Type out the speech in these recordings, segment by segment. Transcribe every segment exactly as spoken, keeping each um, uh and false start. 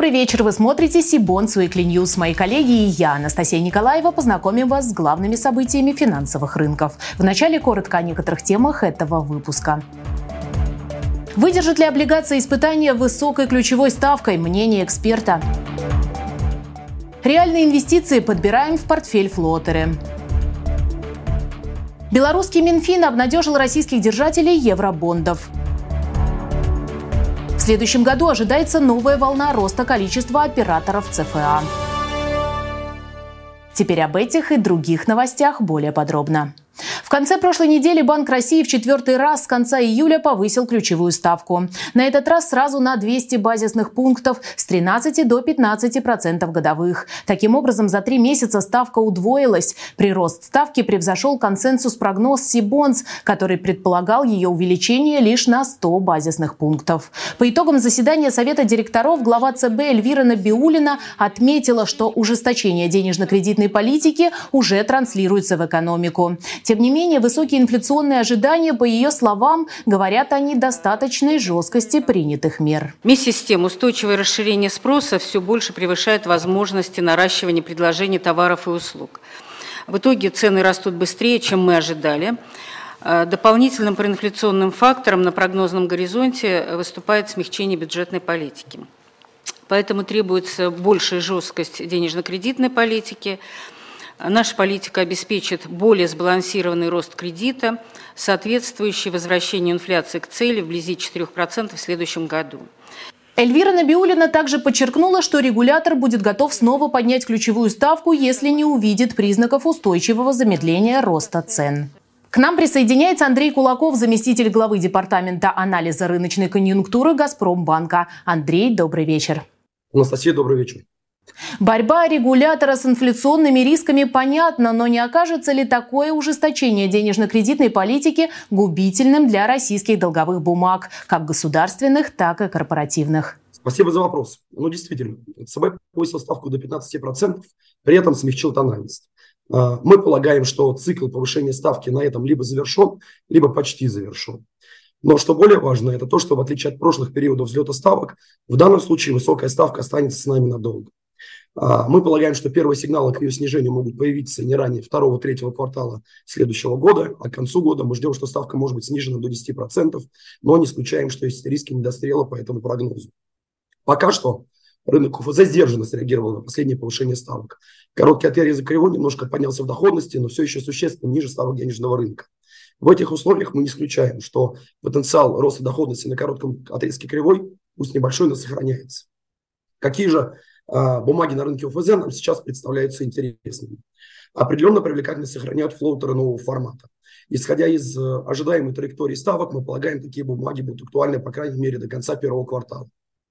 Добрый вечер, вы смотрите Сибонс Weekly News. Мои коллеги и я, Анастасия Николаева, познакомим вас с главными событиями финансовых рынков. Вначале коротко о некоторых темах этого выпуска. Выдержат ли облигации испытания высокой ключевой ставкой? Мнение эксперта. Реальные инвестиции подбираем в портфель флотеры. Белорусский Минфин обнадежил российских держателей евробондов. В следующем году ожидается новая волна роста количества операторов ЦФА. Теперь об этих и других новостях более подробно. В конце прошлой недели Банк России в четвертый раз с конца июля повысил ключевую ставку. На этот раз сразу на двести базисных пунктов с тринадцати до пятнадцати процентов годовых. Таким образом, за три месяца ставка удвоилась. Прирост ставки превзошел консенсус-прогноз Сибонс, который предполагал ее увеличение лишь на сто базисных пунктов. По итогам заседания Совета директоров глава ЦБ Эльвира Набиуллина отметила, что ужесточение денежно-кредитной политики уже транслируется в экономику. Тем не менее, высокие инфляционные ожидания, по ее словам, говорят о недостаточной жесткости принятых мер. Вместе с тем, устойчивое расширение спроса все больше превышает возможности наращивания предложения товаров и услуг. В итоге цены растут быстрее, чем мы ожидали. Дополнительным проинфляционным фактором на прогнозном горизонте выступает смягчение бюджетной политики. Поэтому требуется большая жесткость денежно-кредитной политики. Наша политика обеспечит более сбалансированный рост кредита, соответствующий возвращению инфляции к цели вблизи четырёх процентов в следующем году. Эльвира Набиуллина также подчеркнула, что регулятор будет готов снова поднять ключевую ставку, если не увидит признаков устойчивого замедления роста цен. К нам присоединяется Андрей Кулаков, заместитель главы Департамента анализа рыночной конъюнктуры «Газпромбанка». Андрей, добрый вечер. Анастасия, добрый вечер. Борьба регулятора с инфляционными рисками понятна, но не окажется ли такое ужесточение денежно-кредитной политики губительным для российских долговых бумаг, как государственных, так и корпоративных? Спасибо за вопрос. Ну, действительно, ЦБ повысил ставку до пятнадцати процентов, при этом смягчил тональность. Мы полагаем, что цикл повышения ставки на этом либо завершен, либо почти завершен. Но что более важно, это то, что в отличие от прошлых периодов взлета ставок, в данном случае высокая ставка останется с нами надолго. Мы полагаем, что первые сигналы к ее снижению могут появиться не ранее второго-третьего квартала следующего года, а к концу года мы ждем, что ставка может быть снижена до десяти процентов, но не исключаем, что есть риски недострела по этому прогнозу. Пока что рынок ОФЗ сдержанно среагировал на последнее повышение ставок. Короткий отрезок кривой немножко поднялся в доходности, но все еще существенно ниже ставок денежного рынка. В этих условиях мы не исключаем, что потенциал роста доходности на коротком отрезке кривой, пусть небольшой, но сохраняется. Какие же бумаги на рынке ОФЗ нам сейчас представляются интересными? Определенно привлекательность сохраняют флоутеры нового формата. Исходя из ожидаемой траектории ставок, мы полагаем, такие бумаги будут актуальны, по крайней мере, до конца первого квартала.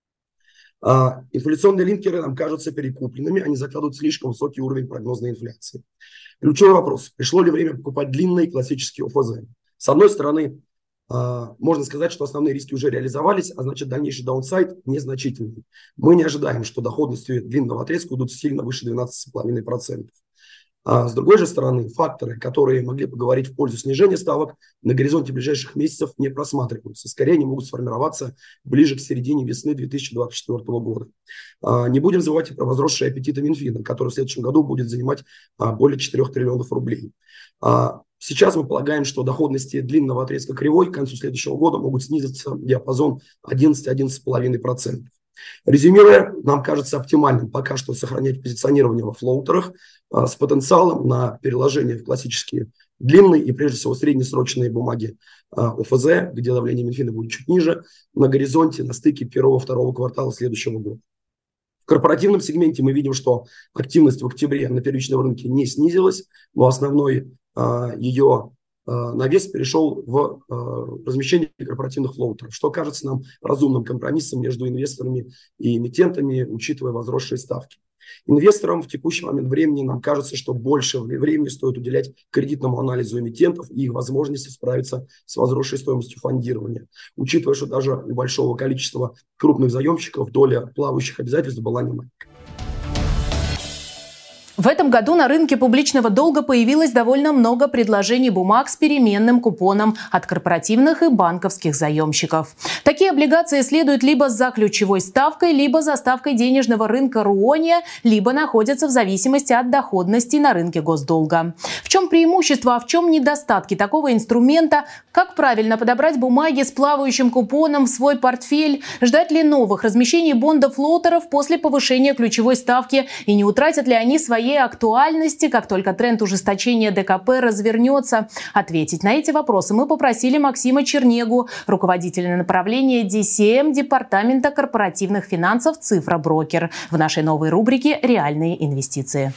Инфляционные линкеры нам кажутся перекупленными, они закладывают слишком высокий уровень прогнозной инфляции. Ключевой вопрос: пришло ли время покупать длинные классические ОФЗ? С одной стороны, можно сказать, что основные риски уже реализовались, а значит дальнейший даунсайд незначительный. Мы не ожидаем, что доходности длинного отрезка идут сильно выше двенадцати целых пяти десятых процента. А с другой же стороны, факторы, которые могли поговорить в пользу снижения ставок, на горизонте ближайших месяцев не просматриваются. Скорее, они могут сформироваться ближе к середине весны две тысячи двадцать четвёртого года. А, не будем забывать и про возросшие аппетиты Минфина, который в следующем году будет занимать а, более четырёх триллионов рублей. А, сейчас мы полагаем, что доходности длинного отрезка кривой к концу следующего года могут снизиться в диапазон одиннадцать-одиннадцать целых пять десятых процента. Резюмируя, нам кажется оптимальным пока что сохранять позиционирование во флоутерах а, с потенциалом на переложение в классические длинные и прежде всего среднесрочные бумаги а, ОФЗ, где давление Минфина будет чуть ниже, на горизонте на стыке первого-второго квартала следующего года. В корпоративном сегменте мы видим, что активность в октябре на первичном рынке не снизилась, но основной а, ее навес перешел в э, размещение корпоративных флоутеров, что кажется нам разумным компромиссом между инвесторами и эмитентами, учитывая возросшие ставки. Инвесторам в текущий момент времени нам кажется, что больше времени стоит уделять кредитному анализу эмитентов и их возможности справиться с возросшей стоимостью фондирования, учитывая, что даже у большого количества крупных заемщиков доля плавающих обязательств была немаленькая. В этом году на рынке публичного долга появилось довольно много предложений бумаг с переменным купоном от корпоративных и банковских заемщиков. Такие облигации следуют либо за ключевой ставкой, либо за ставкой денежного рынка РУОНИ, либо находятся в зависимости от доходности на рынке госдолга. В чем преимущество, а в чем недостатки такого инструмента? Как правильно подобрать бумаги с плавающим купоном в свой портфель? Ждать ли новых размещений бондов-флотеров после повышения ключевой ставки? И не утратят ли они свои актуальности, как только тренд ужесточения ДКП развернется? Ответить на эти вопросы мы попросили Максима Чернегу, руководителя направления ди си эм Департамента корпоративных финансов «Цифроброкер», в нашей новой рубрике «Реальные инвестиции».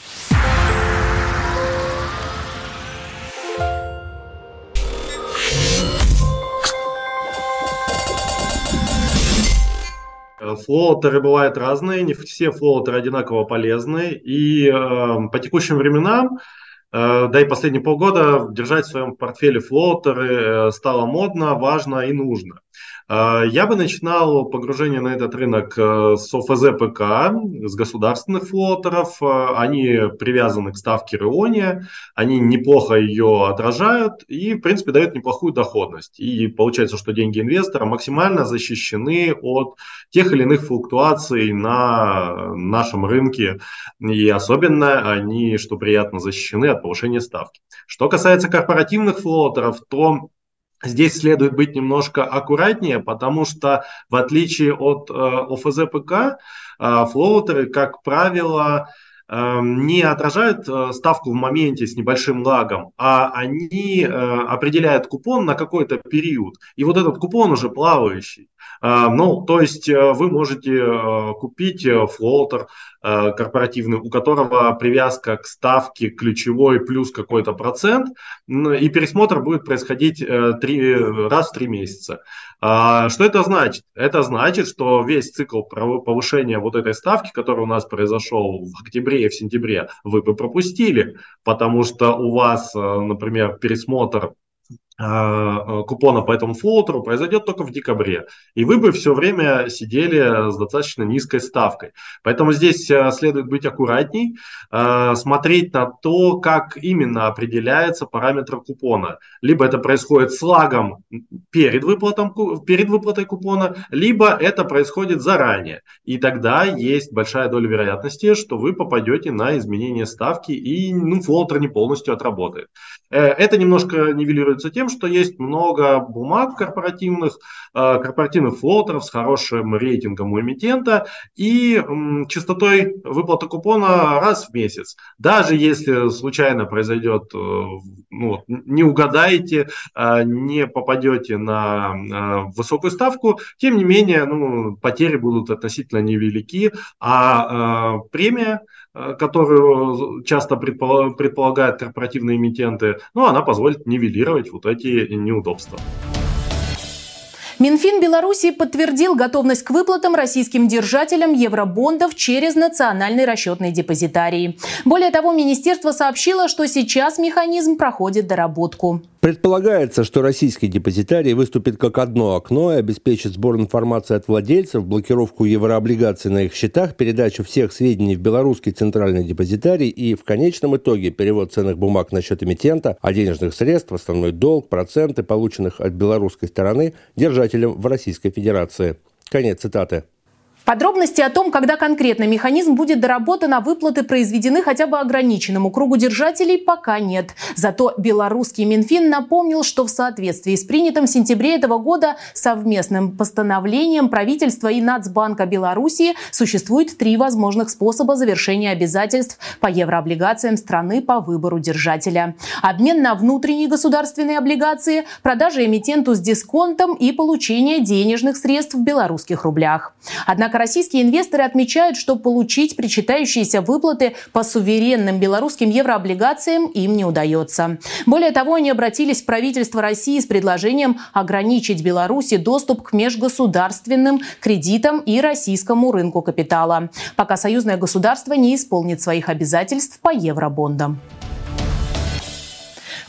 Флоутеры бывают разные, не все флоутеры одинаково полезны. И э, по текущим временам, э, да и последние полгода, держать в своем портфеле флоутеры э, стало модно, важно и нужно. Э, я бы начинал погружение на этот рынок э, с о эф зэ пэ ка, с государственных флоутеров. Э, они привязаны к ставке РУОНИ, они неплохо ее отражают и, в принципе, дают неплохую доходность. И получается, что деньги инвестора максимально защищены от тех или иных флуктуаций на нашем рынке. И особенно они, что приятно, защищены от повышения ставки. Что касается корпоративных флоутеров, то здесь следует быть немножко аккуратнее, потому что в отличие от э, о эф зэ пэ ка, э, флоутеры, как правило, не отражают ставку в моменте с небольшим лагом, а они определяют купон на какой-то период. И вот этот купон уже плавающий. Ну, то есть вы можете купить флоутер корпоративный, у которого привязка к ставке ключевой плюс какой-то процент, и пересмотр будет происходить три, раз в три месяца. Что это значит? Это значит, что весь цикл повышения вот этой ставки, который у нас произошел в октябре и в сентябре, вы бы пропустили, потому что у вас, например, пересмотр купона по этому флоутеру произойдет только в декабре. И вы бы все время сидели с достаточно низкой ставкой. Поэтому здесь следует быть аккуратней, смотреть на то, как именно определяется параметр купона. Либо это происходит с лагом перед, выплатом, перед выплатой купона, либо это происходит заранее. И тогда есть большая доля вероятности, что вы попадете на изменение ставки и ну, флоутер не полностью отработает. Это немножко нивелируется тем, что есть много бумаг корпоративных, корпоративных флоутеров с хорошим рейтингом у эмитента и частотой выплаты купона раз в месяц. Даже если случайно произойдет, ну, не угадаете, не попадете на высокую ставку, тем не менее, ну, потери будут относительно невелики, а премия, которую часто предполагают корпоративные эмитенты, ну, она позволит нивелировать вот эти неудобства. Минфин Беларуси подтвердил готовность к выплатам российским держателям евробондов через национальный расчетный депозитарий. Более того, министерство сообщило, что сейчас механизм проходит доработку. Предполагается, что российский депозитарий выступит как одно окно и обеспечит сбор информации от владельцев, блокировку еврооблигаций на их счетах, передачу всех сведений в белорусский центральный депозитарий и в конечном итоге перевод ценных бумаг на счет эмитента, а денежных средств, основной долг, проценты, полученных от белорусской стороны, держателям в Российской Федерации. Конец цитаты. Подробности о том, когда конкретно механизм будет доработан, а выплаты произведены хотя бы ограниченному кругу держателей, пока нет. Зато белорусский Минфин напомнил, что в соответствии с принятым в сентябре этого года совместным постановлением правительства и Нацбанка Беларуси существует три возможных способа завершения обязательств по еврооблигациям страны по выбору держателя. Обмен на внутренние государственные облигации, продажа эмитенту с дисконтом и получение денежных средств в белорусских рублях. Однако российские инвесторы отмечают, что получить причитающиеся выплаты по суверенным белорусским еврооблигациям им не удается. Более того, они обратились в правительство России с предложением ограничить Беларуси доступ к межгосударственным кредитам и российскому рынку капитала, пока союзное государство не исполнит своих обязательств по евробондам.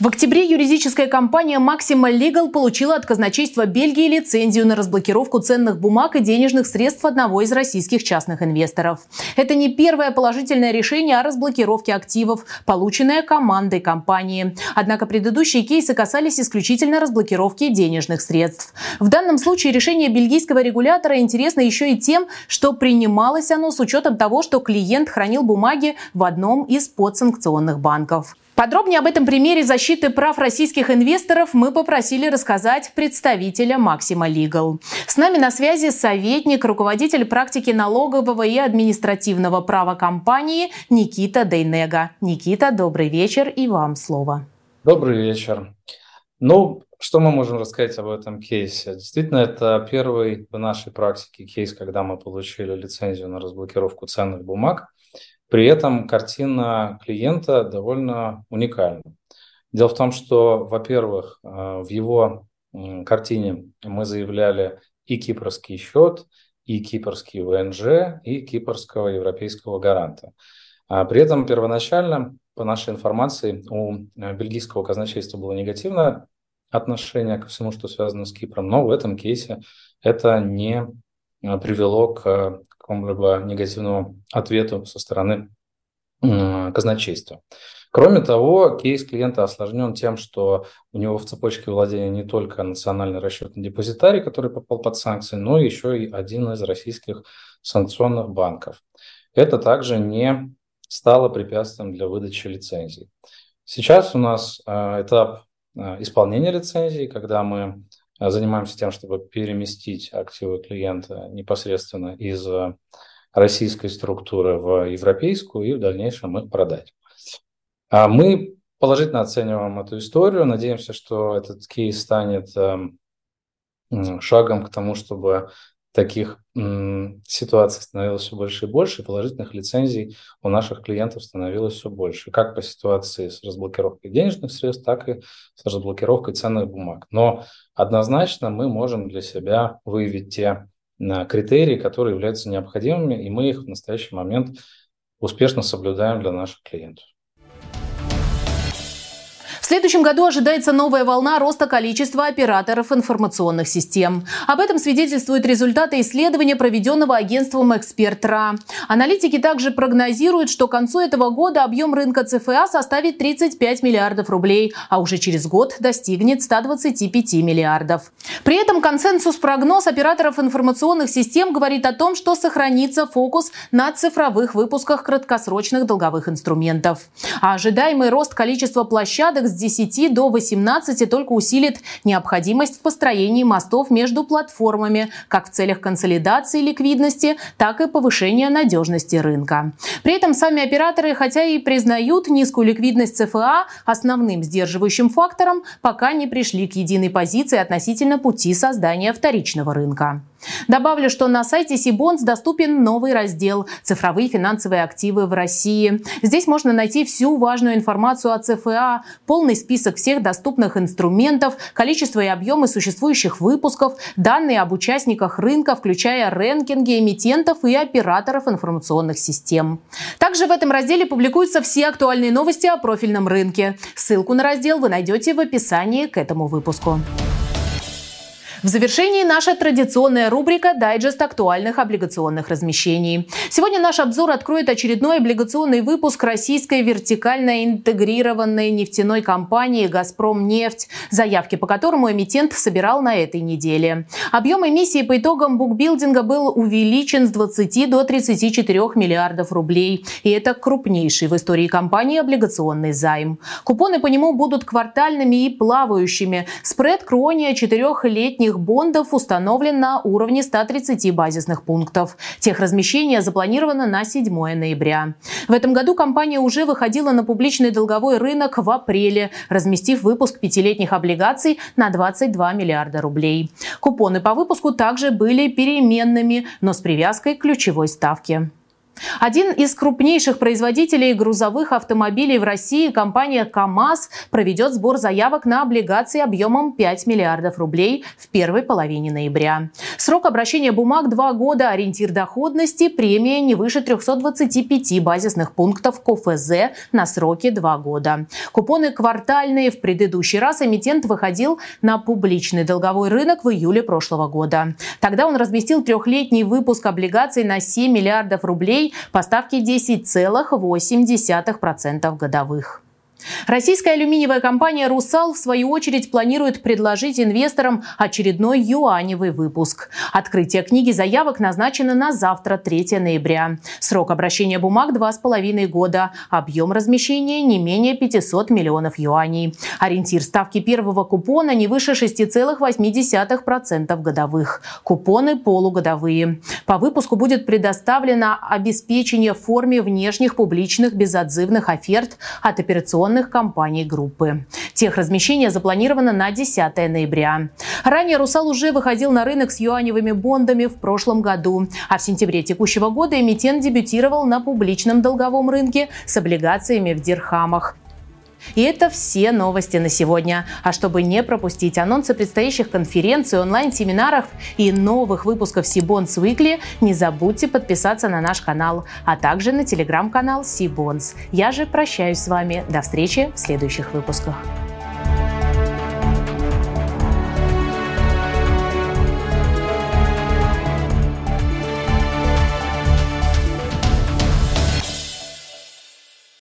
В октябре юридическая компания Maxima Legal получила от казначейства Бельгии лицензию на разблокировку ценных бумаг и денежных средств одного из российских частных инвесторов. Это не первое положительное решение о разблокировке активов, полученное командой компании. Однако предыдущие кейсы касались исключительно разблокировки денежных средств. В данном случае решение бельгийского регулятора интересно еще и тем, что принималось оно с учетом того, что клиент хранил бумаги в одном из подсанкционных банков. Подробнее об этом примере защиты прав российских инвесторов мы попросили рассказать представителя Maxima Legal. С нами на связи советник, руководитель практики налогового и административного права компании Никита Дейнега. Никита, добрый вечер, и вам слово. Добрый вечер. Ну, что мы можем рассказать об этом кейсе? Действительно, это первый в нашей практике кейс, когда мы получили лицензию на разблокировку ценных бумаг. При этом картина клиента довольно уникальна. Дело в том, что, во-первых, в его картине мы заявляли и кипрский счет, и кипрский вэ эн жэ, и кипрского европейского гаранта. При этом первоначально, по нашей информации, у бельгийского казначейства было негативное отношение ко всему, что связано с Кипром, но в этом кейсе это не привело к какому-либо негативному ответу со стороны э, казначейства. Кроме того, кейс клиента осложнен тем, что у него в цепочке владения не только национальный расчетный депозитарий, который попал под санкции, но еще и один из российских санкционных банков. Это также не стало препятствием для выдачи лицензий. Сейчас у нас э, этап э, исполнения лицензии, когда мы занимаемся тем, чтобы переместить активы клиента непосредственно из российской структуры в европейскую и в дальнейшем их продать. Мы положительно оцениваем эту историю, надеемся, что этот кейс станет шагом к тому, чтобы таких ситуаций становилось все больше и больше, и положительных лицензий у наших клиентов становилось все больше, как по ситуации с разблокировкой денежных средств, так и с разблокировкой ценных бумаг. Но однозначно мы можем для себя выявить те критерии, которые являются необходимыми, и мы их в настоящий момент успешно соблюдаем для наших клиентов. В следующем году ожидается новая волна роста количества операторов информационных систем. Об этом свидетельствуют результаты исследования, проведенного агентством «Эксперт.ра». Аналитики также прогнозируют, что к концу этого года объем рынка цэ эф а составит тридцать пять миллиардов рублей, а уже через год достигнет ста двадцати пяти миллиардов. При этом консенсус-прогноз операторов информационных систем говорит о том, что сохранится фокус на цифровых выпусках краткосрочных долговых инструментов. А ожидаемый рост количества площадок с десяти до восемнадцати только усилит необходимость в построении мостов между платформами, как в целях консолидации ликвидности, так и повышения надежности рынка. При этом сами операторы, хотя и признают низкую ликвидность цэ эф а основным сдерживающим фактором, пока не пришли к единой позиции относительно пути создания вторичного рынка. Добавлю, что на сайте Сибонс доступен новый раздел «Цифровые финансовые активы в России». Здесь можно найти всю важную информацию о цэ эф а, полный список всех доступных инструментов, количество и объемы существующих выпусков, данные об участниках рынка, включая рэнкинги эмитентов и операторов информационных систем. Также в этом разделе публикуются все актуальные новости о профильном рынке. Ссылку на раздел вы найдете в описании к этому выпуску. В завершении наша традиционная рубрика «Дайджест актуальных облигационных размещений». Сегодня наш обзор откроет очередной облигационный выпуск российской вертикально интегрированной нефтяной компании «Газпромнефть», заявки по которому эмитент собирал на этой неделе. Объем эмиссии по итогам букбилдинга был увеличен с двадцати до тридцати четырёх миллиардов рублей. И это крупнейший в истории компании облигационный займ. Купоны по нему будут квартальными и плавающими. Спред крония четырехлетних бондов установлен на уровне ста тридцати базисных пунктов. Техразмещение запланировано на седьмое ноября. В этом году компания уже выходила на публичный долговой рынок в апреле, разместив выпуск пятилетних облигаций на двадцать два миллиарда рублей. Купоны по выпуску также были переменными, но с привязкой к ключевой ставке. Один из крупнейших производителей грузовых автомобилей в России, компания КАМАЗ, проведет сбор заявок на облигации объемом пять миллиардов рублей в первой половине ноября. Срок обращения бумаг – два года, ориентир доходности – премия не выше трёхсот двадцати пяти базисных пунктов ко эф зэ на сроки два года. Купоны квартальные. В предыдущий раз эмитент выходил на публичный долговой рынок в июле прошлого года. Тогда он разместил трехлетний выпуск облигаций на семь миллиардов рублей по ставке десять целых восемь десятых процента годовых. Российская алюминиевая компания «Русал» в свою очередь планирует предложить инвесторам очередной юаневый выпуск. Открытие книги заявок назначено на завтра, третьего ноября. Срок обращения бумаг – два с половиной года. Объем размещения – не менее пятисот миллионов юаней. Ориентир ставки первого купона не выше шести целых восьми десятых процента годовых. Купоны полугодовые. По выпуску будет предоставлено обеспечение в форме внешних публичных безотзывных оферт от операционных компаний группы. Техразмещение запланировано на десятое ноября. Ранее «Русал» уже выходил на рынок с юаневыми бондами в прошлом году, а в сентябре текущего года эмитент дебютировал на публичном долговом рынке с облигациями в дирхамах. И это все новости на сегодня. А чтобы не пропустить анонсы предстоящих конференций, онлайн-семинаров и новых выпусков Сибонс Weekly, не забудьте подписаться на наш канал, а также на телеграм-канал Сибонс. Я же прощаюсь с вами. До встречи в следующих выпусках.